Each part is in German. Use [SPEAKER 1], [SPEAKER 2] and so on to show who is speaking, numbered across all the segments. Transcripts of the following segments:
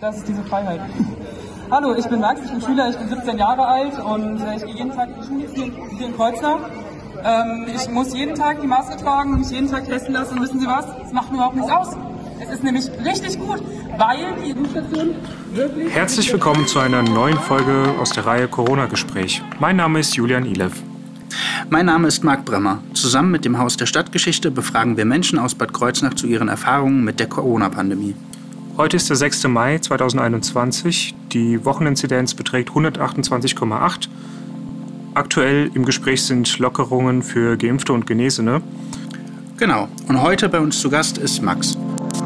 [SPEAKER 1] Das ist diese Freiheit. Hallo, ich bin Max, ich bin Schüler, ich bin 17 Jahre alt und ich gehe jeden Tag in die Schule hier in Kreuznach. Ich muss jeden Tag die Maske tragen und mich jeden Tag testen lassen. Und wissen Sie was? Das macht mir überhaupt nichts aus. Es ist nämlich richtig gut, weil die Impfstation wirklich...
[SPEAKER 2] Herzlich willkommen zu einer neuen Folge aus der Reihe Corona-Gespräch. Mein Name ist Julian Ilev.
[SPEAKER 3] Mein Name ist Marc Bremmer. Zusammen mit dem Haus der Stadtgeschichte befragen wir Menschen aus Bad Kreuznach zu ihren Erfahrungen mit der Corona-Pandemie.
[SPEAKER 2] Heute ist der 6. Mai 2021. Die Wocheninzidenz beträgt 128,8. Aktuell im Gespräch sind Lockerungen für Geimpfte und Genesene.
[SPEAKER 3] Genau. Und heute bei uns zu Gast ist Max.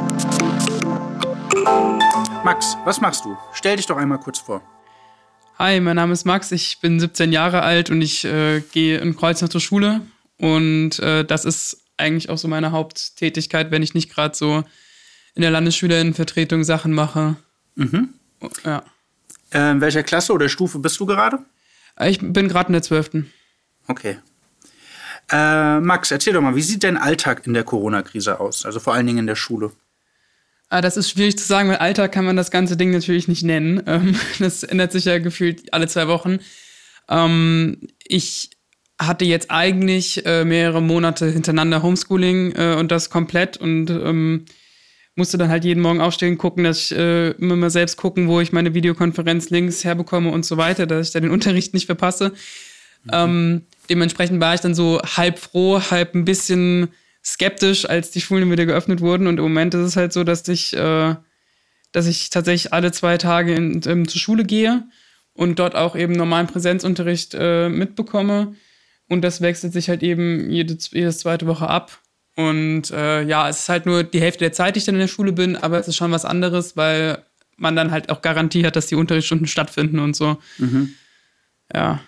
[SPEAKER 3] Max, was machst du? Stell dich doch einmal kurz vor.
[SPEAKER 1] Hi, mein Name ist Max, ich bin 17 Jahre alt und ich gehe in Kreuznach zur Schule. Und das ist eigentlich auch so meine Haupttätigkeit, wenn ich nicht gerade so in der Landesschülerinnenvertretung Sachen mache.
[SPEAKER 3] Mhm.
[SPEAKER 1] Ja.
[SPEAKER 3] In welcher Klasse oder Stufe bist du gerade?
[SPEAKER 1] Ich bin gerade in der 12.
[SPEAKER 3] Okay. Max, erzähl doch mal, wie sieht dein Alltag in der Corona-Krise aus? Also vor allen Dingen in der Schule.
[SPEAKER 1] Das ist schwierig zu sagen, weil Alltag kann man das ganze Ding natürlich nicht nennen. Das ändert sich ja gefühlt alle 2 Wochen. Ich hatte jetzt eigentlich mehrere Monate hintereinander Homeschooling und das komplett und musste dann halt jeden Morgen aufstehen, gucken, dass ich immer mal selbst gucken, wo ich meine Videokonferenz-Links herbekomme und so weiter, dass ich da den Unterricht nicht verpasse. Dementsprechend war ich dann so halb froh, halb ein bisschen skeptisch, als die Schulen wieder geöffnet wurden. Und im Moment ist es halt so, dass ich tatsächlich alle 2 Tage zur Schule gehe und dort auch eben normalen Präsenzunterricht mitbekomme. Und das wechselt sich halt eben jede zweite Woche ab. Und es ist halt nur die Hälfte der Zeit, die ich dann in der Schule bin, aber es ist schon was anderes, weil man dann halt auch Garantie hat, dass die Unterrichtsstunden stattfinden und so.
[SPEAKER 3] Mhm.
[SPEAKER 1] Ja.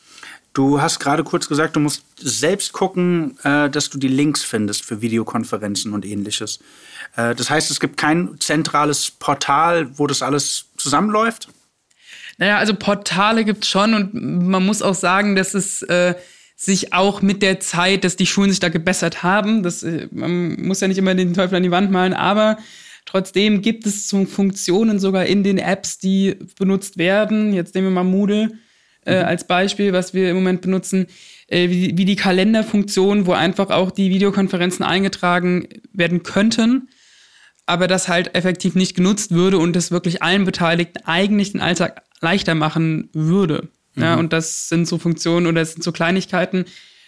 [SPEAKER 3] Du hast gerade kurz gesagt, du musst selbst gucken, dass du die Links findest für Videokonferenzen und Ähnliches. Das heißt, es gibt kein zentrales Portal, wo das alles zusammenläuft?
[SPEAKER 1] Naja, also Portale gibt es schon und man muss auch sagen, dass es sich auch mit der Zeit, dass die Schulen sich da gebessert haben. Man muss ja nicht immer den Teufel an die Wand malen, aber trotzdem gibt es so Funktionen sogar in den Apps, die benutzt werden. Jetzt nehmen wir mal Moodle als Beispiel, was wir im Moment benutzen, wie die Kalenderfunktion, wo einfach auch die Videokonferenzen eingetragen werden könnten, aber das halt effektiv nicht genutzt würde und das wirklich allen Beteiligten eigentlich den Alltag leichter machen würde. Ja, und das sind so Funktionen oder das sind so Kleinigkeiten,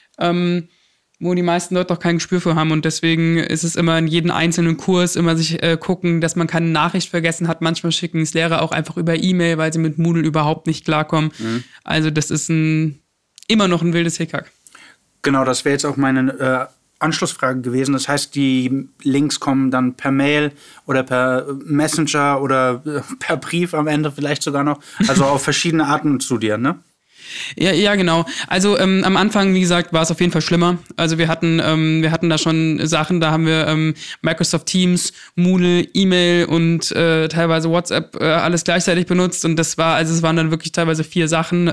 [SPEAKER 1] wo die meisten Leute auch kein Gespür für haben. Und deswegen ist es immer in jedem einzelnen Kurs immer sich gucken, dass man keine Nachricht vergessen hat. Manchmal schicken es Lehrer auch einfach über E-Mail, weil sie mit Moodle überhaupt nicht klarkommen. Mhm. Also das ist immer noch ein wildes Hickhack.
[SPEAKER 3] Genau, das wäre jetzt auch meine Anschlussfrage gewesen. Das heißt, die Links kommen dann per Mail oder per Messenger oder per Brief am Ende vielleicht sogar noch. Also auf verschiedene Arten zu dir, ne?
[SPEAKER 1] Ja, genau. Also am Anfang, wie gesagt, war es auf jeden Fall schlimmer. Also wir hatten da schon Sachen, da haben wir Microsoft Teams, Moodle, E-Mail und teilweise WhatsApp alles gleichzeitig benutzt. Und es waren dann wirklich teilweise 4 Sachen.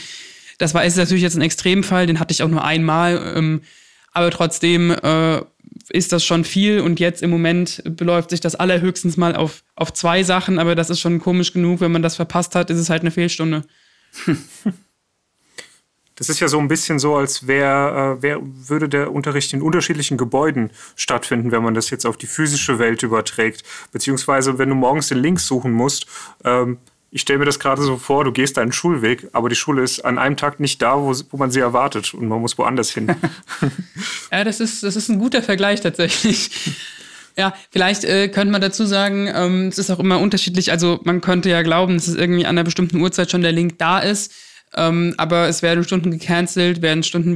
[SPEAKER 1] Ist natürlich jetzt ein Extremfall, den hatte ich auch nur einmal. Aber trotzdem ist das schon viel und jetzt im Moment beläuft sich das allerhöchstens mal auf 2 Sachen, aber das ist schon komisch genug, wenn man das verpasst hat, ist es halt eine Fehlstunde.
[SPEAKER 2] Das ist ja so ein bisschen so, als würde der Unterricht in unterschiedlichen Gebäuden stattfinden, wenn man das jetzt auf die physische Welt überträgt. Beziehungsweise, wenn du morgens den Link suchen musst, ich stelle mir das gerade so vor, du gehst deinen Schulweg, aber die Schule ist an einem Tag nicht da, wo man sie erwartet und man muss woanders hin.
[SPEAKER 1] Ja, das ist ein guter Vergleich tatsächlich. Ja, vielleicht könnte man dazu sagen, es ist auch immer unterschiedlich, also man könnte ja glauben, dass es irgendwie an einer bestimmten Uhrzeit schon der Link da ist, aber es werden Stunden gecancelt, werden Stunden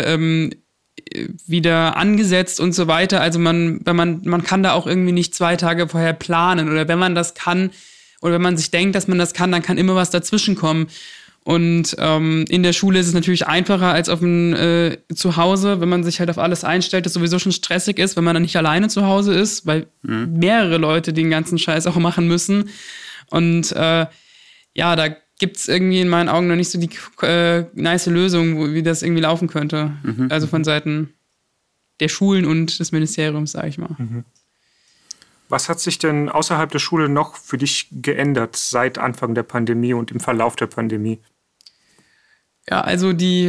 [SPEAKER 1] wieder angesetzt und so weiter. Also man kann da auch irgendwie nicht 2 Tage vorher planen oder wenn man das kann, oder wenn man sich denkt, dass man das kann, dann kann immer was dazwischen kommen. Und in der Schule ist es natürlich einfacher als auf dem Zuhause, wenn man sich halt auf alles einstellt, das sowieso schon stressig ist, wenn man dann nicht alleine zu Hause ist, weil mehrere Leute den ganzen Scheiß auch machen müssen. Und da gibt es irgendwie in meinen Augen noch nicht so die nice Lösung, wie das irgendwie laufen könnte. Also von Seiten der Schulen und des Ministeriums, sage ich mal.
[SPEAKER 2] Was hat sich denn außerhalb der Schule noch für dich geändert seit Anfang der Pandemie und im Verlauf der Pandemie?
[SPEAKER 1] Ja, also die,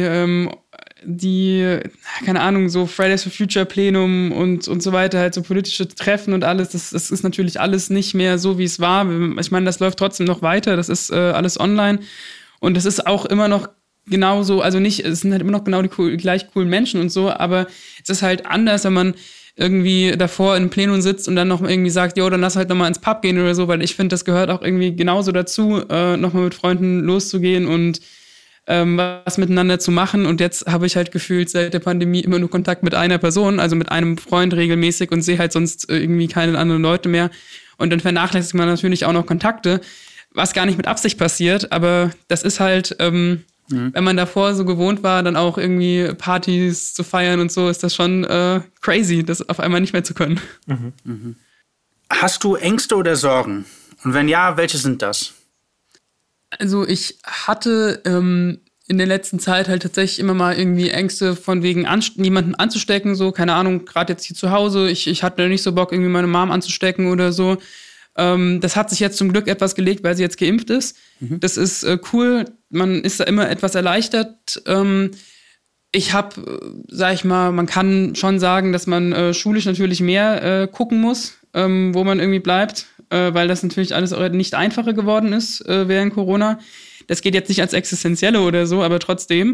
[SPEAKER 1] keine Ahnung, so Fridays for Future Plenum und so weiter, halt so politische Treffen und alles, das ist natürlich alles nicht mehr so, wie es war. Ich meine, das läuft trotzdem noch weiter, das ist alles online und das ist auch immer noch genauso, also nicht, es sind halt immer noch genau die gleich coolen Menschen und so, aber es ist halt anders, wenn man irgendwie davor in einem Plenum sitzt und dann noch irgendwie sagt, jo, dann lass halt nochmal ins Pub gehen oder so, weil ich finde, das gehört auch irgendwie genauso dazu, nochmal mit Freunden loszugehen und was miteinander zu machen. Und jetzt habe ich halt gefühlt seit der Pandemie immer nur Kontakt mit einer Person, also mit einem Freund regelmäßig und sehe halt sonst irgendwie keine anderen Leute mehr. Und dann vernachlässigt man natürlich auch noch Kontakte, was gar nicht mit Absicht passiert, aber das ist halt, wenn man davor so gewohnt war, dann auch irgendwie Partys zu feiern und so, ist das schon crazy, das auf einmal nicht mehr zu können.
[SPEAKER 3] Hast du Ängste oder Sorgen? Und wenn ja, welche sind das?
[SPEAKER 1] Also ich hatte in der letzten Zeit halt tatsächlich immer mal irgendwie Ängste von wegen jemanden anzustecken, so, keine Ahnung, gerade jetzt hier zu Hause. Ich hatte nicht so Bock, irgendwie meine Mom anzustecken oder so. Das hat sich jetzt zum Glück etwas gelegt, weil sie jetzt geimpft ist. Das ist cool, man ist da immer etwas erleichtert. Ich habe, sag ich mal, man kann schon sagen, dass man schulisch natürlich mehr gucken muss, wo man irgendwie bleibt. Weil das natürlich alles nicht einfacher geworden ist während Corona. Das geht jetzt nicht als Existenzielle oder so, aber trotzdem.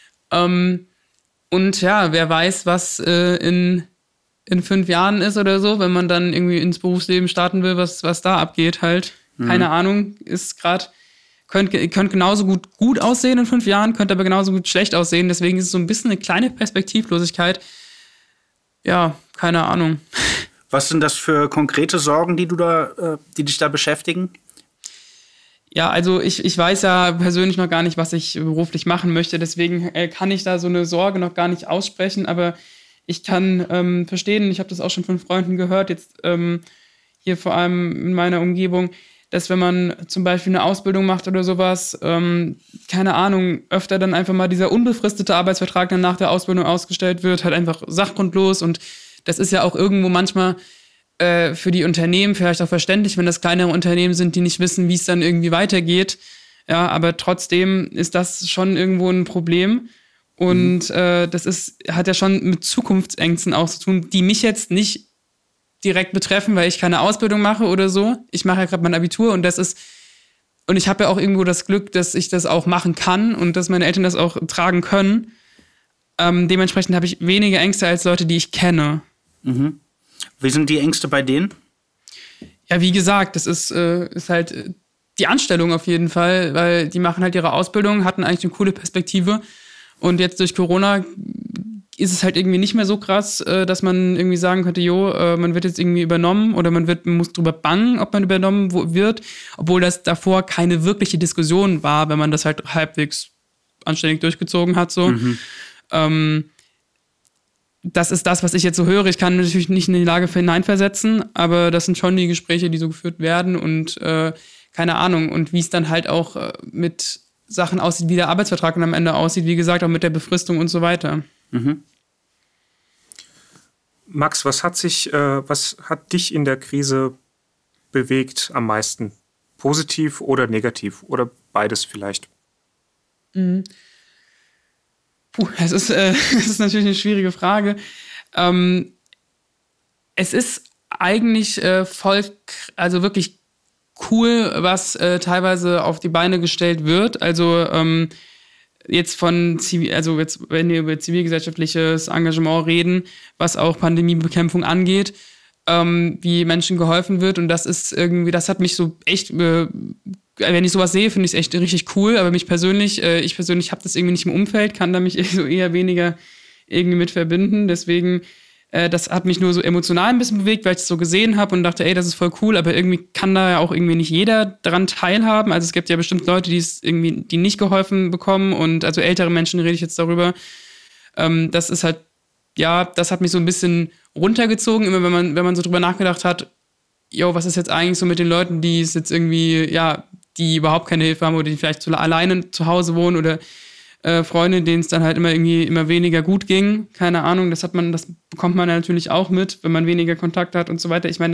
[SPEAKER 1] Und ja, wer weiß, was in 5 Jahren ist oder so, wenn man dann irgendwie ins Berufsleben starten will, was da abgeht halt. Keine Ahnung, ist gerade, könnte genauso gut aussehen in 5 Jahren, könnte aber genauso gut schlecht aussehen. Deswegen ist es so ein bisschen eine kleine Perspektivlosigkeit. Ja, keine Ahnung.
[SPEAKER 3] Was sind das für konkrete Sorgen, die dich da beschäftigen?
[SPEAKER 1] Ja, also ich weiß ja persönlich noch gar nicht, was ich beruflich machen möchte. Deswegen kann ich da so eine Sorge noch gar nicht aussprechen. Aber ich kann verstehen, ich habe das auch schon von Freunden gehört, jetzt hier vor allem in meiner Umgebung, dass wenn man zum Beispiel eine Ausbildung macht oder sowas, keine Ahnung, öfter dann einfach mal dieser unbefristete Arbeitsvertrag dann nach der Ausbildung ausgestellt wird, halt einfach sachgrundlos. Und das ist ja auch irgendwo manchmal für die Unternehmen vielleicht auch verständlich, wenn das kleinere Unternehmen sind, die nicht wissen, wie es dann irgendwie weitergeht. Ja, aber trotzdem ist das schon irgendwo ein Problem. Und das hat ja schon mit Zukunftsängsten auch zu tun, die mich jetzt nicht direkt betreffen, weil ich keine Ausbildung mache oder so. Ich mache ja gerade mein Abitur und ich habe ja auch irgendwo das Glück, dass ich das auch machen kann und dass meine Eltern das auch tragen können. Dementsprechend habe ich weniger Ängste als Leute, die ich kenne.
[SPEAKER 3] Wie sind die Ängste bei denen?
[SPEAKER 1] Ja, wie gesagt, das ist halt die Anstellung auf jeden Fall, weil die machen halt ihre Ausbildung, hatten eigentlich eine coole Perspektive und jetzt durch Corona ist es halt irgendwie nicht mehr so krass, dass man irgendwie sagen könnte, man wird jetzt irgendwie übernommen oder man muss drüber bangen, ob man übernommen wird, obwohl das davor keine wirkliche Diskussion war, wenn man das halt halbwegs anständig durchgezogen hat, so. Das ist das, was ich jetzt so höre. Ich kann natürlich nicht in die Lage hineinversetzen, aber das sind schon die Gespräche, die so geführt werden und keine Ahnung. Und wie es dann halt auch mit Sachen aussieht, wie der Arbeitsvertrag dann am Ende aussieht, wie gesagt, auch mit der Befristung und so weiter.
[SPEAKER 2] Max, was hat dich in der Krise bewegt am meisten? Positiv oder negativ? Oder beides vielleicht?
[SPEAKER 1] Das ist natürlich eine schwierige Frage. Es ist eigentlich also wirklich cool, was teilweise auf die Beine gestellt wird. Also jetzt wenn wir über zivilgesellschaftliches Engagement reden, was auch Pandemiebekämpfung angeht, wie Menschen geholfen wird. Und das ist irgendwie, das hat mich so echt, wenn ich sowas sehe, finde ich es echt richtig cool. Aber ich persönlich habe das irgendwie nicht im Umfeld, kann da mich so eher weniger irgendwie mit verbinden. Deswegen, das hat mich nur so emotional ein bisschen bewegt, weil ich es so gesehen habe und dachte, ey, das ist voll cool. Aber irgendwie kann da ja auch irgendwie nicht jeder daran teilhaben. Also es gibt ja bestimmt Leute, die nicht geholfen bekommen. Und also ältere Menschen rede ich jetzt darüber. Das ist halt, ja, das hat mich so ein bisschen runtergezogen, immer wenn man so drüber nachgedacht hat, was ist jetzt eigentlich so mit den Leuten, die es jetzt irgendwie, ja, die überhaupt keine Hilfe haben oder die vielleicht alleine zu Hause wohnen oder Freunde, denen es dann halt immer weniger gut ging. Keine Ahnung, das bekommt man natürlich auch mit, wenn man weniger Kontakt hat und so weiter. Ich meine,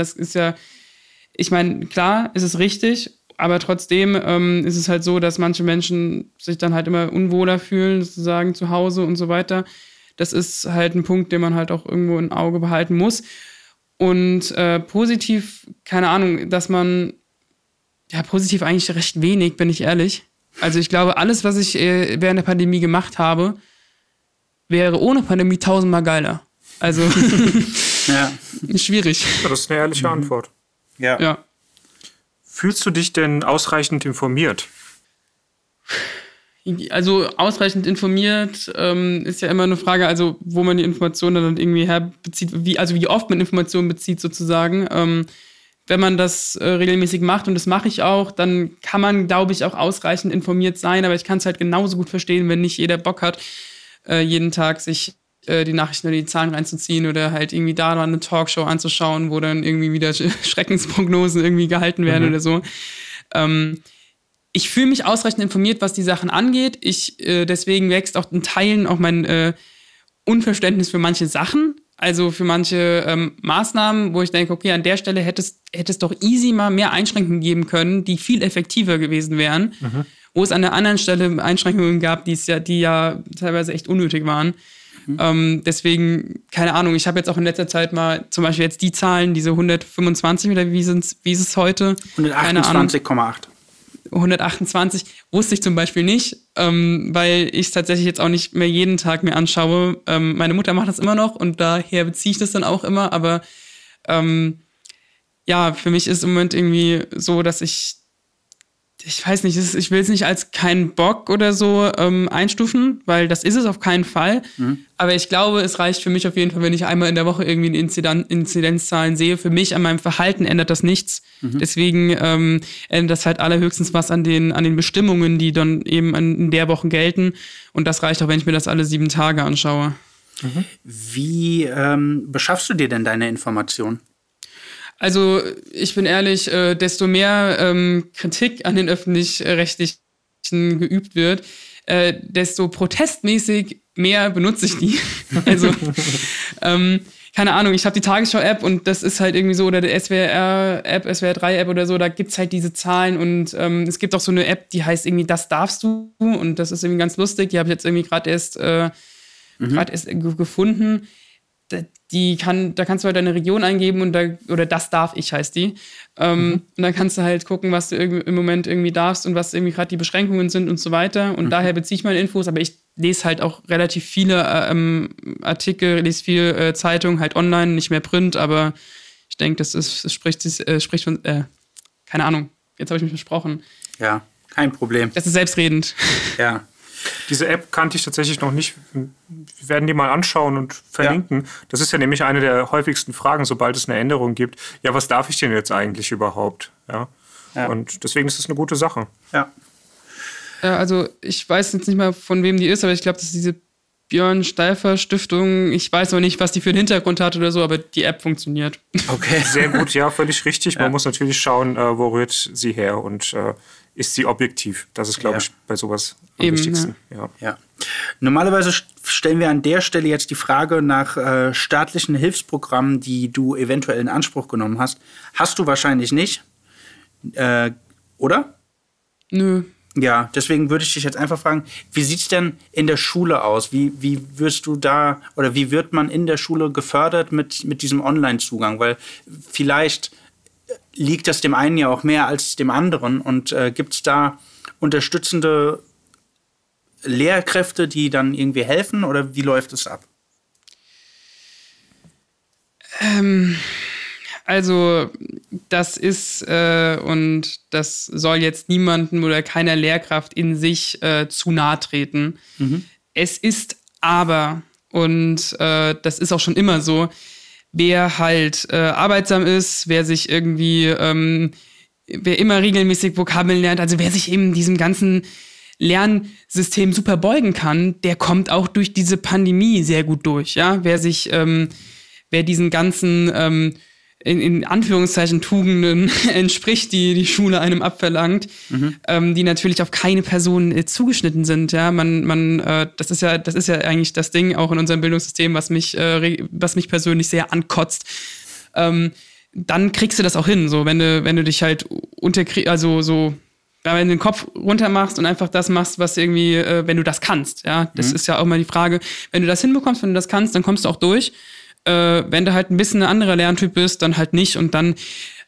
[SPEAKER 1] klar, ist es richtig, aber trotzdem ist es halt so, dass manche Menschen sich dann halt immer unwohler fühlen, sozusagen zu Hause und so weiter. Das ist halt ein Punkt, den man halt auch irgendwo im Auge behalten muss. Und positiv, keine Ahnung, positiv eigentlich recht wenig, bin ich ehrlich. Also ich glaube, alles, was ich während der Pandemie gemacht habe, wäre ohne Pandemie 1000-mal geiler. Also schwierig.
[SPEAKER 2] Ja, das ist eine ehrliche Antwort.
[SPEAKER 3] Ja.
[SPEAKER 2] Fühlst du dich denn ausreichend informiert?
[SPEAKER 1] Also ausreichend informiert ist ja immer eine Frage, also wo man die Informationen dann irgendwie herbezieht, wie oft man Informationen bezieht sozusagen. Wenn man das regelmäßig macht, und das mache ich auch, dann kann man, glaube ich, auch ausreichend informiert sein, aber ich kann es halt genauso gut verstehen, wenn nicht jeder Bock hat, jeden Tag sich die Nachrichten oder die Zahlen reinzuziehen oder halt irgendwie da eine Talkshow anzuschauen, wo dann irgendwie wieder Schreckensprognosen irgendwie gehalten werden oder so. Ich fühle mich ausreichend informiert, was die Sachen angeht. Deswegen wächst auch in Teilen auch mein Unverständnis für manche Sachen, also für manche Maßnahmen, wo ich denke, okay, an der Stelle hätte es doch easy mal mehr Einschränkungen geben können, die viel effektiver gewesen wären, wo es an der anderen Stelle Einschränkungen gab, die ja teilweise echt unnötig waren. Deswegen, keine Ahnung, ich habe jetzt auch in letzter Zeit mal zum Beispiel jetzt die Zahlen, diese 125 oder wie ist es heute?
[SPEAKER 3] 128,8.
[SPEAKER 1] 128 wusste ich zum Beispiel nicht, weil ich es tatsächlich jetzt auch nicht mehr jeden Tag mir anschaue. Meine Mutter macht das immer noch und daher beziehe ich das dann auch immer, aber für mich ist im Moment irgendwie so, dass ich weiß nicht, ich will es nicht als keinen Bock oder so einstufen, weil das ist es auf keinen Fall. Aber ich glaube, es reicht für mich auf jeden Fall, wenn ich einmal in der Woche irgendwie Inzidenzzahlen sehe. Für mich, an meinem Verhalten ändert das nichts. Deswegen ändert das halt allerhöchstens was an den Bestimmungen, die dann eben in der Woche gelten. Und das reicht auch, wenn ich mir das alle 7 Tage anschaue.
[SPEAKER 3] Wie beschaffst du dir denn deine Informationen?
[SPEAKER 1] Also ich bin ehrlich, desto mehr Kritik an den Öffentlich-Rechtlichen geübt wird, desto protestmäßig mehr benutze ich die. Also keine Ahnung, ich habe die Tagesschau-App und das ist halt irgendwie so, oder der SWR-App, SWR3-App oder so, da gibt's halt diese Zahlen und es gibt auch so eine App, die heißt irgendwie „Das darfst du" und das ist irgendwie ganz lustig, die habe ich jetzt irgendwie gerade erst gefunden. Da kannst du halt deine Region eingeben oder „Das darf ich" heißt die. Und dann kannst du halt gucken, was du im Moment irgendwie darfst und was irgendwie gerade die Beschränkungen sind und so weiter. Und daher beziehe ich meine Infos, aber ich lese halt auch relativ viele Artikel, lese viel Zeitung, halt online, nicht mehr Print, aber ich denke, es spricht von, keine Ahnung, jetzt habe ich mich versprochen.
[SPEAKER 3] Ja, kein Problem.
[SPEAKER 1] Das ist selbstredend.
[SPEAKER 3] Ja.
[SPEAKER 2] Diese App kannte ich tatsächlich noch nicht. Wir werden die mal anschauen und verlinken. Ja. Das ist ja nämlich eine der häufigsten Fragen, sobald es eine Änderung gibt. Ja, was darf ich denn jetzt eigentlich überhaupt? Ja. Und deswegen ist das eine gute Sache.
[SPEAKER 3] Ja.
[SPEAKER 1] Also ich weiß jetzt nicht mal, von wem die ist, aber ich glaube, das ist diese Björn Steifer Stiftung. Ich weiß noch nicht, was die für einen Hintergrund hat oder so, aber die App funktioniert.
[SPEAKER 2] Okay. Sehr gut, ja, völlig richtig. Man muss natürlich schauen, wo rührt sie her und ist sie objektiv. Das ist, glaube ich, bei sowas am wichtigsten.
[SPEAKER 3] Ja. Normalerweise stellen wir an der Stelle jetzt die Frage nach staatlichen Hilfsprogrammen, die du eventuell in Anspruch genommen hast. Hast du wahrscheinlich nicht, oder?
[SPEAKER 1] Nö.
[SPEAKER 3] Ja, deswegen würde ich dich jetzt einfach fragen, wie sieht es denn in der Schule aus? Wie wirst du da oder wie wird man in der Schule gefördert mit diesem Online-Zugang? Weil vielleicht liegt das dem einen ja auch mehr als dem anderen und gibt es da unterstützende Lehrkräfte, die dann irgendwie helfen oder wie läuft es ab?
[SPEAKER 1] Also das ist und das soll jetzt niemandem oder keiner Lehrkraft in sich zu nahe treten. Es ist aber, und das ist auch schon immer so, wer halt arbeitsam ist, wer sich irgendwie, wer immer regelmäßig Vokabeln lernt, also wer sich eben diesem ganzen Lernsystem super beugen kann, der kommt auch durch diese Pandemie sehr gut durch. Ja? Wer diesen ganzen in Anführungszeichen Tugenden entspricht, die Schule einem abverlangt, die natürlich auf keine Person zugeschnitten sind. Ja, das ist ja eigentlich das Ding auch in unserem Bildungssystem, was mich persönlich sehr ankotzt. Dann kriegst du das auch hin, so wenn du dich halt wenn du den Kopf runter machst und einfach das machst, was irgendwie, wenn du das kannst, ja, das ist ja auch mal die Frage, wenn du das hinbekommst, wenn du das kannst, dann kommst du auch durch. Wenn du halt ein bisschen ein anderer Lerntyp bist, dann halt nicht und dann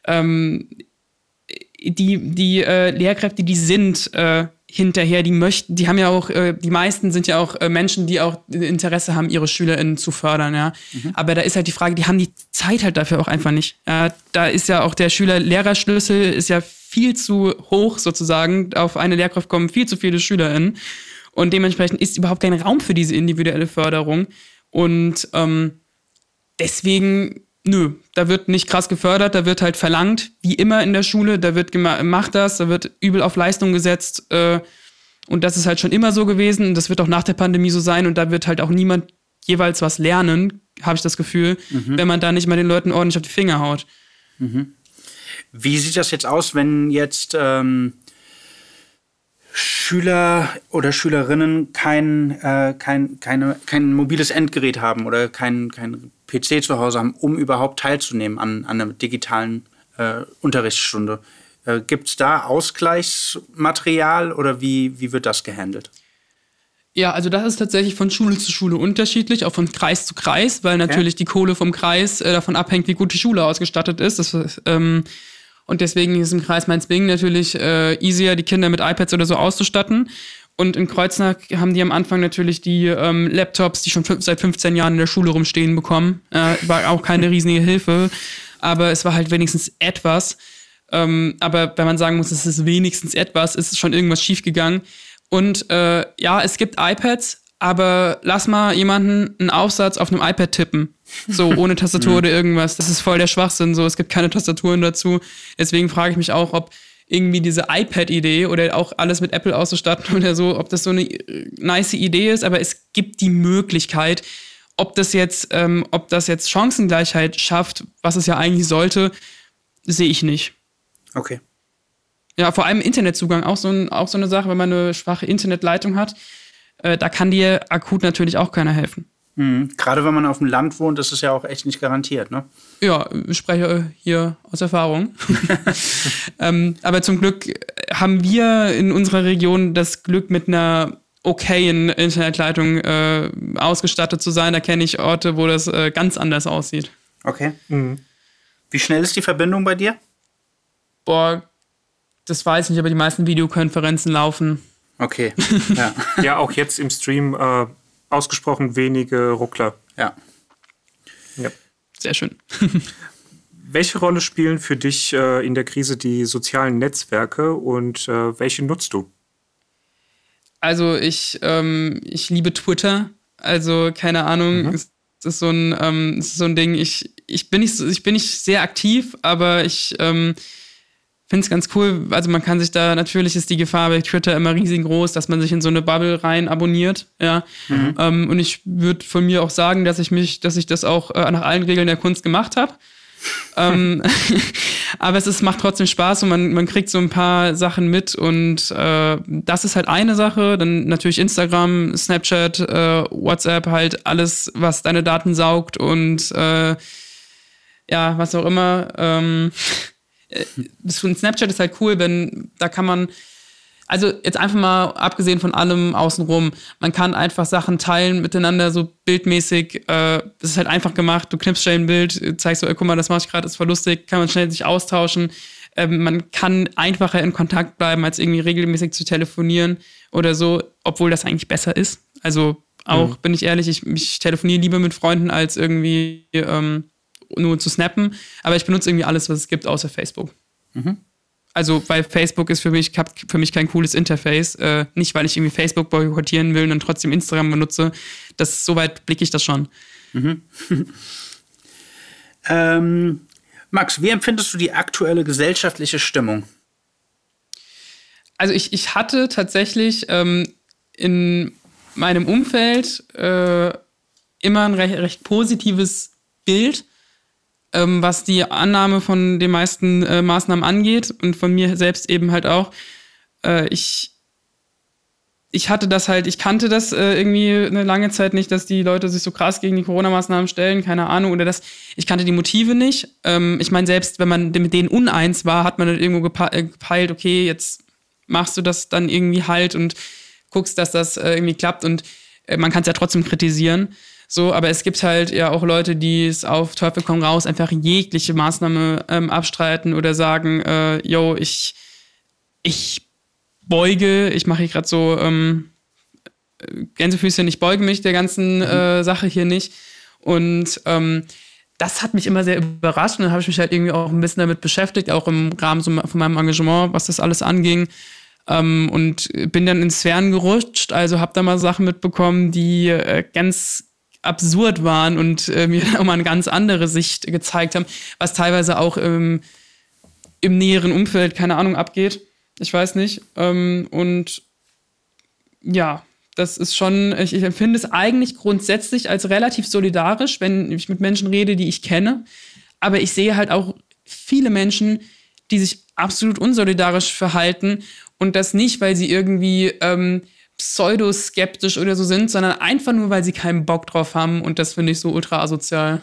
[SPEAKER 1] die Lehrkräfte, die sind hinterher, die haben ja auch, die meisten sind ja auch Menschen, die auch Interesse haben, ihre SchülerInnen zu fördern, ja. Aber da ist halt die Frage, die haben die Zeit halt dafür auch einfach nicht. Da ist ja auch der Schüler-Lehrer-Schlüssel ist ja viel zu hoch sozusagen. Auf eine Lehrkraft kommen viel zu viele SchülerInnen und dementsprechend ist überhaupt kein Raum für diese individuelle Förderung und deswegen, da wird nicht krass gefördert, da wird halt verlangt, wie immer in der Schule, da wird macht das, da wird übel auf Leistung gesetzt und das ist halt schon immer so gewesen und das wird auch nach der Pandemie so sein und da wird halt auch niemand jeweils was lernen, habe ich das Gefühl, wenn man da nicht mal den Leuten ordentlich auf die Finger haut.
[SPEAKER 3] Wie sieht das jetzt aus, wenn jetzt Schüler oder Schülerinnen kein mobiles Endgerät haben oder kein PC zu Hause haben, um überhaupt teilzunehmen an einer digitalen Unterrichtsstunde? Gibt es da Ausgleichsmaterial oder wie wird das gehandelt?
[SPEAKER 1] Ja, also das ist tatsächlich von Schule zu Schule unterschiedlich, auch von Kreis zu Kreis, weil natürlich die Kohle vom Kreis davon abhängt, wie gut die Schule ausgestattet ist. Und deswegen ist im Kreis Mainz-Bingen natürlich easier, die Kinder mit iPads oder so auszustatten. Und in Kreuznach haben die am Anfang natürlich die Laptops, die schon seit 15 Jahren in der Schule rumstehen, bekommen. War auch keine riesige Hilfe, aber es war halt wenigstens etwas. Aber wenn man sagen muss, es ist wenigstens etwas, ist schon irgendwas schiefgegangen. Und es gibt iPads, aber lass mal jemanden einen Aufsatz auf einem iPad tippen. So, ohne Tastatur oder irgendwas. Das ist voll der Schwachsinn. So, es gibt keine Tastaturen dazu. Deswegen frage ich mich auch, ob irgendwie diese iPad-Idee oder auch alles mit Apple auszustatten oder so, ob das so eine nice Idee ist, aber es gibt die Möglichkeit, ob das jetzt Chancengleichheit schafft, was es ja eigentlich sollte, sehe ich nicht.
[SPEAKER 3] Okay.
[SPEAKER 1] Ja, vor allem Internetzugang, auch so eine Sache, wenn man eine schwache Internetleitung hat, da kann dir akut natürlich auch keiner helfen.
[SPEAKER 3] Gerade wenn man auf dem Land wohnt, ist es ja auch echt nicht garantiert, ne?
[SPEAKER 1] Ja, ich spreche hier aus Erfahrung. Aber zum Glück haben wir in unserer Region das Glück, mit einer okayen Internetleitung ausgestattet zu sein. Da kenne ich Orte, wo das ganz anders aussieht.
[SPEAKER 3] Okay. Wie schnell ist die Verbindung bei dir?
[SPEAKER 1] Boah, das weiß ich nicht, aber die meisten Videokonferenzen laufen.
[SPEAKER 3] Okay, ja.
[SPEAKER 2] Ja, auch jetzt im Stream ausgesprochen wenige Ruckler.
[SPEAKER 3] Ja.
[SPEAKER 1] Sehr schön.
[SPEAKER 2] Welche Rolle spielen für dich in der Krise die sozialen Netzwerke und welche nutzt du?
[SPEAKER 1] Also ich liebe Twitter. Also keine Ahnung, es ist so ein Ding. Ich bin nicht sehr aktiv, aber ich finde es ganz cool. Also man kann sich da, natürlich ist die Gefahr bei Twitter immer riesengroß, dass man sich in so eine Bubble rein abonniert. Ja. Und ich würde von mir auch sagen, dass ich das auch nach allen Regeln der Kunst gemacht habe. Aber macht trotzdem Spaß und man kriegt so ein paar Sachen mit und das ist halt eine Sache. Dann natürlich Instagram, Snapchat, WhatsApp, halt alles, was deine Daten saugt und was auch immer. Snapchat ist halt cool, da kann man, also jetzt einfach mal abgesehen von allem außenrum, man kann einfach Sachen teilen miteinander, so bildmäßig, das ist halt einfach gemacht, du knippst schnell ein Bild, zeigst so, guck mal, das mache ich gerade, ist voll lustig, kann man schnell sich austauschen, man kann einfacher in Kontakt bleiben, als irgendwie regelmäßig zu telefonieren oder so, obwohl das eigentlich besser ist, also auch, bin ich ehrlich, ich telefoniere lieber mit Freunden, als irgendwie nur zu snappen, aber ich benutze irgendwie alles, was es gibt, außer Facebook. Also, weil Facebook ist für mich kein cooles Interface. Nicht, weil ich irgendwie Facebook boykottieren will und dann trotzdem Instagram benutze. Soweit blicke ich das schon.
[SPEAKER 3] Max, wie empfindest du die aktuelle gesellschaftliche Stimmung?
[SPEAKER 1] Also ich hatte tatsächlich in meinem Umfeld immer ein recht positives Bild was die Annahme von den meisten Maßnahmen angeht und von mir selbst eben halt auch. Ich kannte das irgendwie eine lange Zeit nicht, dass die Leute sich so krass gegen die Corona-Maßnahmen stellen, keine Ahnung, ich kannte die Motive nicht. Ich meine, selbst wenn man mit denen uneins war, hat man dann irgendwo gepeilt, okay, jetzt machst du das dann irgendwie halt und guckst, dass das irgendwie klappt und man kann es ja trotzdem kritisieren. So, aber es gibt halt ja auch Leute, die es auf Teufel komm raus einfach jegliche Maßnahme abstreiten oder sagen, ich beuge, ich mache hier gerade so Gänsefüßchen, ich beuge mich der ganzen Sache hier nicht. Und das hat mich immer sehr überrascht und dann habe ich mich halt irgendwie auch ein bisschen damit beschäftigt, auch im Rahmen so von meinem Engagement, was das alles anging. Und bin dann in Sphären gerutscht, also habe da mal Sachen mitbekommen, die ganz absurd waren und mir dann auch mal eine ganz andere Sicht gezeigt haben, was teilweise auch im näheren Umfeld, keine Ahnung, abgeht. Ich weiß nicht. Und ja, das ist schon, ich empfinde es eigentlich grundsätzlich als relativ solidarisch, wenn ich mit Menschen rede, die ich kenne. Aber ich sehe halt auch viele Menschen, die sich absolut unsolidarisch verhalten und das nicht, weil sie irgendwie pseudoskeptisch oder so sind, sondern einfach nur, weil sie keinen Bock drauf haben und das finde ich so ultra asozial.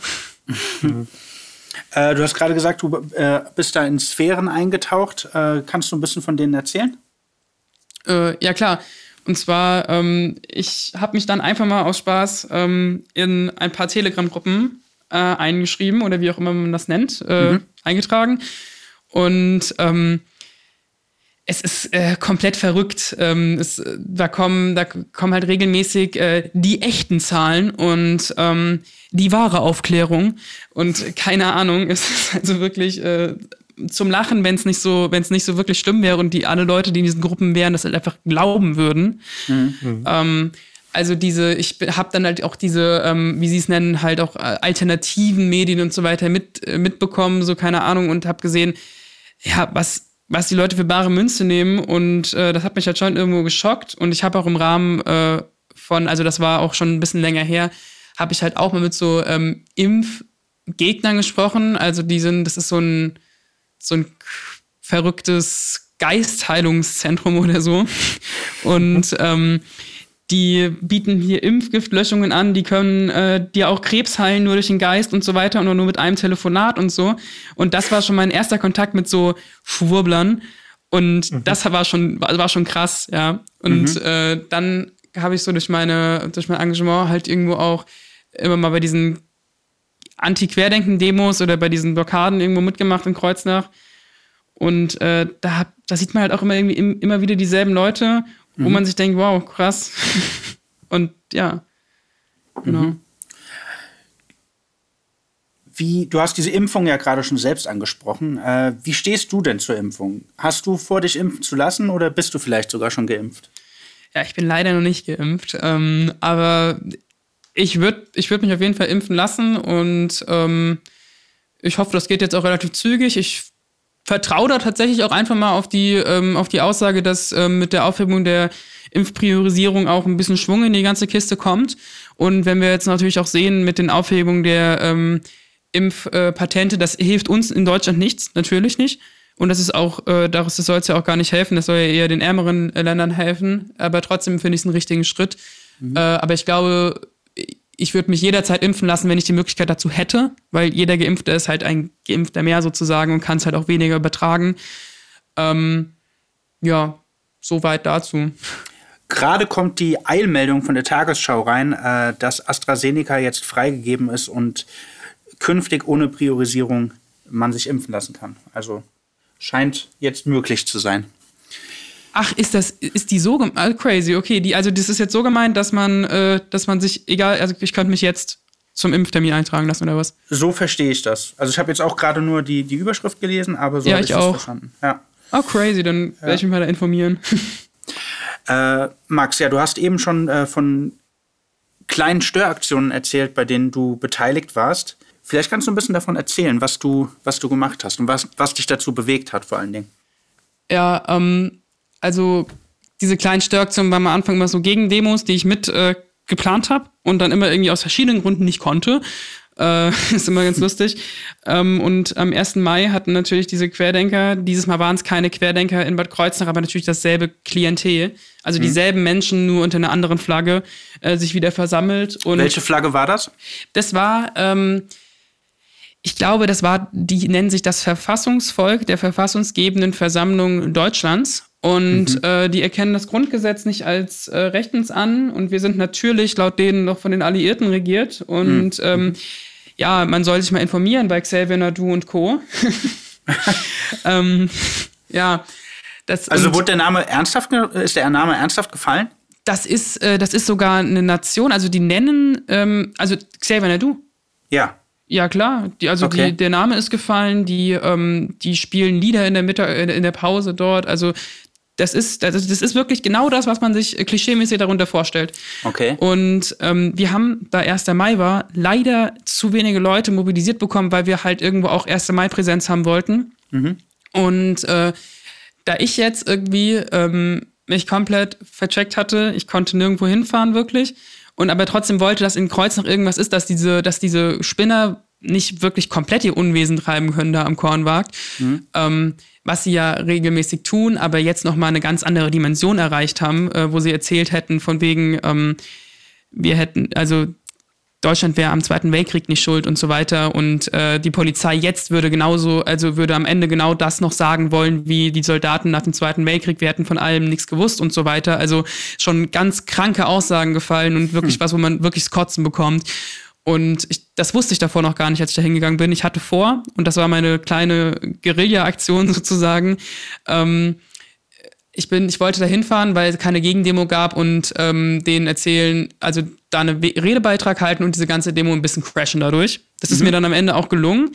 [SPEAKER 3] Du hast gerade gesagt, du bist da in Sphären eingetaucht. Kannst du ein bisschen von denen erzählen?
[SPEAKER 1] Ja, klar. Und zwar, ich habe mich dann einfach mal aus Spaß in ein paar Telegram-Gruppen eingeschrieben oder wie auch immer man das nennt, eingetragen. Und es ist komplett verrückt. Da kommen halt regelmäßig die echten Zahlen und die wahre Aufklärung. Und keine Ahnung, es ist also wirklich zum Lachen, wenn es nicht so wirklich schlimm wäre und alle Leute, die in diesen Gruppen wären, das halt einfach glauben würden. Also ich habe dann halt auch diese, wie sie es nennen, halt auch alternativen Medien und so weiter mitbekommen, so keine Ahnung, und habe gesehen, ja, was die Leute für bare Münze nehmen und das hat mich halt schon irgendwo geschockt und ich habe auch im Rahmen also das war auch schon ein bisschen länger her, habe ich halt auch mal mit so Impfgegnern gesprochen, also das ist so ein verrücktes Geistheilungszentrum oder so und die bieten hier Impfgiftlöschungen an, die können dir auch Krebs heilen, nur durch den Geist und so weiter und nur mit einem Telefonat und so. Und das war schon mein erster Kontakt mit so Schwurblern. Und das war schon krass, ja. Und dann habe ich so durch mein Engagement halt irgendwo auch immer mal bei diesen Anti-Querdenken-Demos oder bei diesen Blockaden irgendwo mitgemacht in Kreuznach. Und da sieht man halt auch immer wieder dieselben Leute, wo man sich denkt, wow, krass. Und ja, genau.
[SPEAKER 3] Du hast diese Impfung ja gerade schon selbst angesprochen. Wie stehst du denn zur Impfung? Hast du vor, dich impfen zu lassen oder bist du vielleicht sogar schon geimpft?
[SPEAKER 1] Ja, ich bin leider noch nicht geimpft. Aber ich würd mich auf jeden Fall impfen lassen und ich hoffe, das geht jetzt auch relativ zügig. Ich vertraue da tatsächlich auch einfach mal auf die Aussage, dass mit der Aufhebung der Impfpriorisierung auch ein bisschen Schwung in die ganze Kiste kommt. Und wenn wir jetzt natürlich auch sehen mit den Aufhebungen der Impfpatente, das hilft uns in Deutschland nichts, natürlich nicht. Und das ist auch, das soll es ja auch gar nicht helfen, das soll ja eher den ärmeren Ländern helfen. Aber trotzdem finde ich es einen richtigen Schritt. Aber ich glaube, ich würde mich jederzeit impfen lassen, wenn ich die Möglichkeit dazu hätte, weil jeder Geimpfte ist halt ein Geimpfter mehr sozusagen und kann es halt auch weniger übertragen. Ja, soweit dazu.
[SPEAKER 3] Gerade kommt die Eilmeldung von der Tagesschau rein, dass AstraZeneca jetzt freigegeben ist und künftig ohne Priorisierung man sich impfen lassen kann. Also scheint jetzt möglich zu sein.
[SPEAKER 1] Ach, ist die so crazy? Okay, das ist jetzt so gemeint, dass man sich, egal, also ich könnte mich jetzt zum Impftermin eintragen lassen oder was?
[SPEAKER 3] So verstehe ich das. Also ich habe jetzt auch gerade nur die Überschrift gelesen, aber so habe ich das verstanden. Ja.
[SPEAKER 1] Oh, crazy, dann werde ich mich mal da informieren.
[SPEAKER 3] Max, ja, du hast eben schon von kleinen Störaktionen erzählt, bei denen du beteiligt warst. Vielleicht kannst du ein bisschen davon erzählen, was du gemacht hast und was dich dazu bewegt hat vor allen Dingen.
[SPEAKER 1] Ja, also diese kleinen Störaktionen waren am Anfang immer so Gegendemos, die ich mit geplant habe und dann immer irgendwie aus verschiedenen Gründen nicht konnte. Ist immer ganz lustig. Und am 1. Mai hatten natürlich diese Querdenker, dieses Mal waren es keine Querdenker in Bad Kreuznach, aber natürlich dasselbe Klientel. Also dieselben Menschen, nur unter einer anderen Flagge, sich wieder versammelt. Und
[SPEAKER 3] welche Flagge war das?
[SPEAKER 1] Das war, ich glaube, die nennen sich das Verfassungsvolk der verfassungsgebenden Versammlung Deutschlands. Und die erkennen das Grundgesetz nicht als rechtens an. Und wir sind natürlich laut denen noch von den Alliierten regiert. Und ja, man soll sich mal informieren bei Xavier Naidu und Co. Ja,
[SPEAKER 3] also wurde der Name ist der Name ernsthaft gefallen?
[SPEAKER 1] Das ist sogar eine Nation. Also die nennen, also Xavier Naidu.
[SPEAKER 3] Ja.
[SPEAKER 1] Ja, klar. Der Name ist gefallen. Die spielen Lieder in der Pause dort. Also das ist wirklich genau das, was man sich klischeemäßig darunter vorstellt.
[SPEAKER 3] Okay.
[SPEAKER 1] Und wir haben, da 1. Mai war, leider zu wenige Leute mobilisiert bekommen, weil wir halt irgendwo auch 1. Mai-Präsenz haben wollten. Und da ich jetzt irgendwie mich komplett vercheckt hatte, ich konnte nirgendwo hinfahren wirklich, und aber trotzdem wollte, dass in Kreuznach irgendwas ist, dass diese Spinner nicht wirklich komplett ihr Unwesen treiben können da am Kornmarkt, was sie ja regelmäßig tun, aber jetzt noch mal eine ganz andere Dimension erreicht haben, wo sie erzählt hätten, von wegen, Deutschland wäre am Zweiten Weltkrieg nicht schuld und so weiter, und die Polizei jetzt würde am Ende genau das noch sagen wollen, wie die Soldaten nach dem Zweiten Weltkrieg, wir hätten von allem nichts gewusst und so weiter. Also schon ganz kranke Aussagen gefallen und wirklich was, wo man wirklich das Kotzen bekommt. Und das wusste ich davor noch gar nicht, als ich da hingegangen bin. Ich hatte vor, und das war meine kleine Guerilla-Aktion sozusagen, ich wollte da hinfahren, weil es keine Gegendemo gab, und denen erzählen, also da einen Redebeitrag halten und diese ganze Demo ein bisschen crashen dadurch. Das ist mir dann am Ende auch gelungen.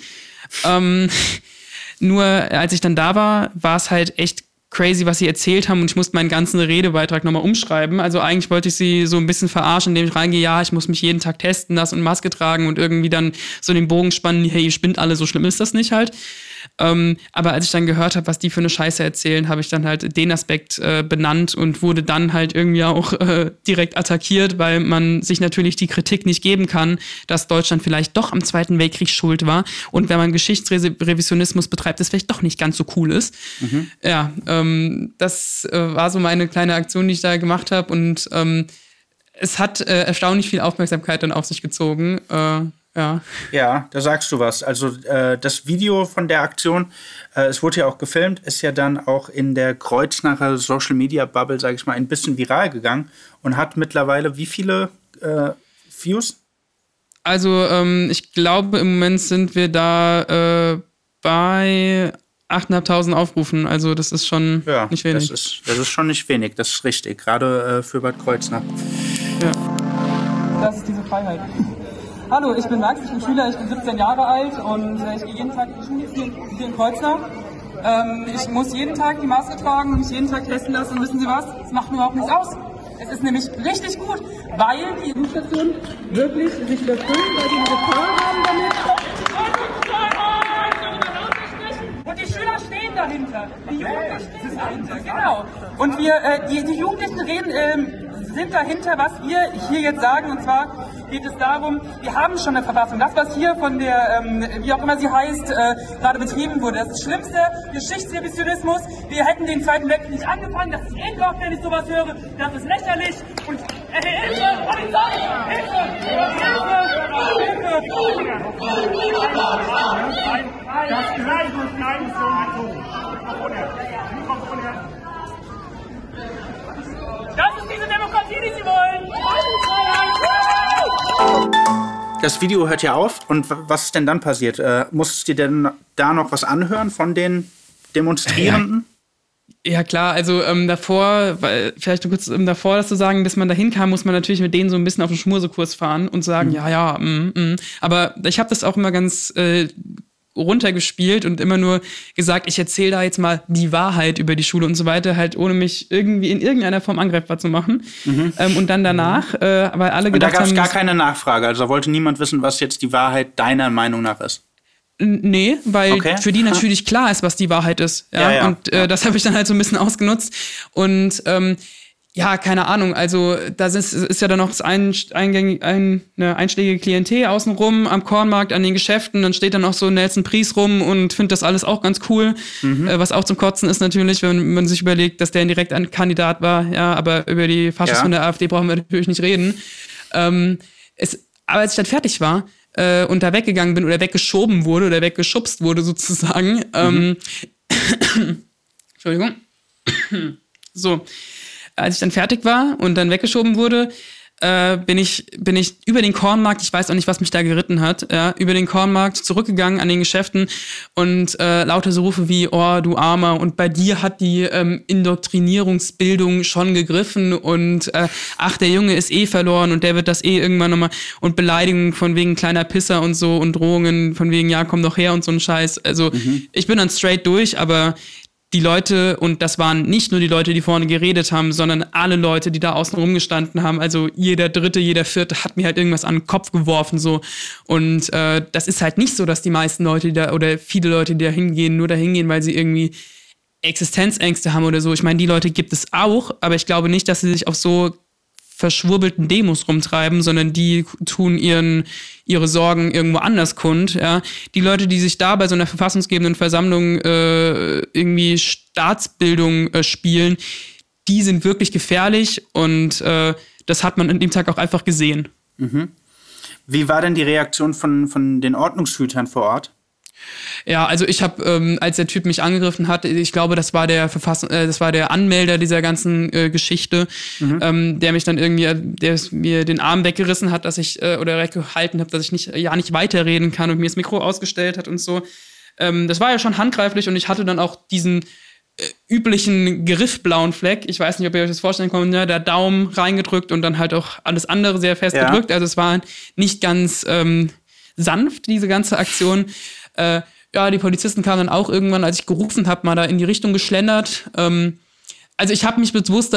[SPEAKER 1] Nur als ich dann da war es halt echt crazy, was sie erzählt haben, und ich musste meinen ganzen Redebeitrag nochmal umschreiben. Also eigentlich wollte ich sie so ein bisschen verarschen, indem ich reingehe, ja, ich muss mich jeden Tag testen lassen und Maske tragen und irgendwie dann so den Bogen spannen, hey, ihr spinnt alle, so schlimm ist das nicht halt. Aber als ich dann gehört habe, was die für eine Scheiße erzählen, habe ich dann halt den Aspekt benannt und wurde dann halt irgendwie auch direkt attackiert, weil man sich natürlich die Kritik nicht geben kann, dass Deutschland vielleicht doch am Zweiten Weltkrieg schuld war, und wenn man Geschichtsrevisionismus betreibt, das vielleicht doch nicht ganz so cool ist. Ja, das war so meine kleine Aktion, die ich da gemacht habe, und es hat erstaunlich viel Aufmerksamkeit dann auf sich gezogen.
[SPEAKER 3] Ja, da sagst du was. Also das Video von der Aktion, es wurde ja auch gefilmt, ist ja dann auch in der Kreuznacher Social-Media-Bubble, sage ich mal, ein bisschen viral gegangen und hat mittlerweile wie viele Views?
[SPEAKER 1] Also ich glaube, im Moment sind wir da bei 8.500 Aufrufen. Also das ist schon nicht wenig.
[SPEAKER 3] Das ist schon nicht wenig, das ist richtig. Gerade für Bad Kreuznach.
[SPEAKER 1] Ja. Das ist diese Freiheit. Hallo, ich bin Max, ich bin Schüler, ich bin 17 Jahre alt und ich gehe jeden Tag in die Schule hier in Kreuznach. Ich muss jeden Tag die Maske tragen und mich jeden Tag testen lassen, und wissen Sie was? Es macht mir überhaupt nichts aus. Es ist nämlich richtig gut, weil die Impfstationen wirklich sich befüllen, weil die eine Gefahr haben damit. Und die Schüler stehen dahinter. Die Jugendlichen stehen dahinter, genau. Und die Jugendlichen sind dahinter, was wir hier jetzt sagen, und zwar geht es darum, wir haben schon eine Verfassung. Das, was hier von der, wie auch immer sie heißt, gerade betrieben wurde, das ist das Schlimmste, Geschichtsrevisionismus. Wir hätten den Zweiten Weltkrieg nicht angefangen, das ist ekelhaft, wenn ich sowas höre, das ist lächerlich. Und Hilfe, Polizei, Hilfe, Hilfe,
[SPEAKER 4] Das gleiche und keine Das ist diese Demokratie, die Sie wollen!
[SPEAKER 3] Das Video hört ja auf, und was ist denn dann passiert? Musstest du dir denn da noch was anhören von den Demonstrierenden?
[SPEAKER 1] Ja klar, also davor, vielleicht nur kurz davor das zu sagen, bis man da hinkam, muss man natürlich mit denen so ein bisschen auf den Schmusekurs fahren und sagen, aber ich habe das auch immer ganz runtergespielt und immer nur gesagt, ich erzähle da jetzt mal die Wahrheit über die Schule und so weiter, halt ohne mich irgendwie in irgendeiner Form angreifbar zu machen. Und dann danach, weil alle gedacht haben...
[SPEAKER 3] Und da gab es gar keine Nachfrage, also da wollte niemand wissen, was jetzt die Wahrheit deiner Meinung nach ist?
[SPEAKER 1] Nee, weil für die natürlich klar ist, was die Wahrheit ist. Ja? Und das habe ich dann halt so ein bisschen ausgenutzt. Und ja, keine Ahnung, also da ist ja dann noch das eine einschlägige Klientel außenrum am Kornmarkt, an den Geschäften, dann steht dann auch so Nelson Pries rum und findet das alles auch ganz cool, was auch zum Kotzen ist natürlich, wenn man sich überlegt, dass der ein Direktkandidat war, ja, aber über die Faschos von der AfD brauchen wir natürlich nicht reden. Aber als ich dann fertig war und da weggegangen bin oder weggeschoben wurde oder weggeschubst wurde sozusagen, Entschuldigung, so, als ich dann fertig war und dann weggeschoben wurde, bin ich über den Kornmarkt, ich weiß auch nicht, was mich da geritten hat, ja, über den Kornmarkt zurückgegangen an den Geschäften und lauter so Rufe wie, oh, du Armer, und bei dir hat die Indoktrinierungsbildung schon gegriffen und ach, der Junge ist verloren und der wird das irgendwann nochmal, und Beleidigungen von wegen kleiner Pisser und so und Drohungen von wegen, ja, komm doch her und so ein Scheiß. Also ich bin dann straight durch, aber die Leute, und das waren nicht nur die Leute, die vorne geredet haben, sondern alle Leute, die da außen rumgestanden haben, also jeder Dritte, jeder Vierte hat mir halt irgendwas an den Kopf geworfen, so. Und das ist halt nicht so, dass die meisten Leute, die da, oder viele Leute, die da hingehen, nur da hingehen, weil sie irgendwie Existenzängste haben oder so. Ich meine, die Leute gibt es auch, aber ich glaube nicht, dass sie sich auf so verschwurbelten Demos rumtreiben, sondern die tun ihre Sorgen irgendwo anders kund. Ja. Die Leute, die sich da bei so einer verfassungsgebenden Versammlung irgendwie Staatsbildung spielen, die sind wirklich gefährlich und das hat man an dem Tag auch einfach gesehen.
[SPEAKER 3] Wie war denn die Reaktion von den Ordnungshütern vor Ort?
[SPEAKER 1] Ja, also ich habe, als der Typ mich angegriffen hat, ich glaube, das war der Anmelder dieser ganzen Geschichte, der mich dann irgendwie, der mir den Arm weggerissen hat, dass ich oder weggehalten habe, dass ich nicht weiterreden kann und mir das Mikro ausgestellt hat und so. Das war ja schon handgreiflich und ich hatte dann auch diesen üblichen griffblauen Fleck. Ich weiß nicht, ob ihr euch das vorstellen könnt, ne? Der Daumen reingedrückt und dann halt auch alles andere sehr fest gedrückt. Also es war nicht ganz sanft, diese ganze Aktion. Ja, die Polizisten kamen dann auch irgendwann, als ich gerufen habe, mal da in die Richtung geschlendert. Also ich habe mich bewusst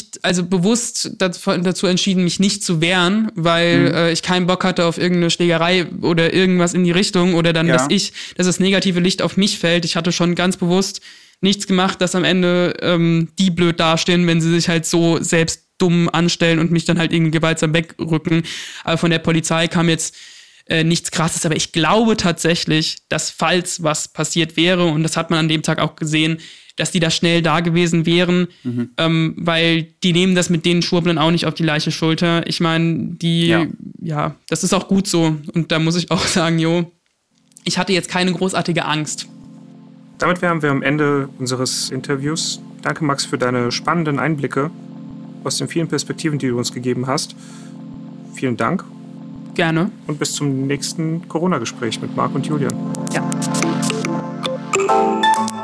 [SPEAKER 1] dazu entschieden, mich nicht zu wehren, weil ich keinen Bock hatte auf irgendeine Schlägerei oder irgendwas in die Richtung oder dann, dass das negative Licht auf mich fällt. Ich hatte schon ganz bewusst nichts gemacht, dass am Ende die blöd dastehen, wenn sie sich halt so selbst dumm anstellen und mich dann halt irgendwie gewaltsam wegrücken. Aber von der Polizei kam jetzt nichts Krasses, aber ich glaube tatsächlich, dass falls was passiert wäre, und das hat man an dem Tag auch gesehen, dass die da schnell da gewesen wären, weil die nehmen das mit den Schwurblern auch nicht auf die leichte Schulter. Ich meine, das ist auch gut so. Und da muss ich auch sagen, ich hatte jetzt keine großartige Angst.
[SPEAKER 2] Damit wären wir am Ende unseres Interviews. Danke, Max, für deine spannenden Einblicke aus den vielen Perspektiven, die du uns gegeben hast. Vielen Dank.
[SPEAKER 1] Gerne.
[SPEAKER 2] Und bis zum nächsten Corona-Gespräch mit Marc und Julian.
[SPEAKER 1] Ja.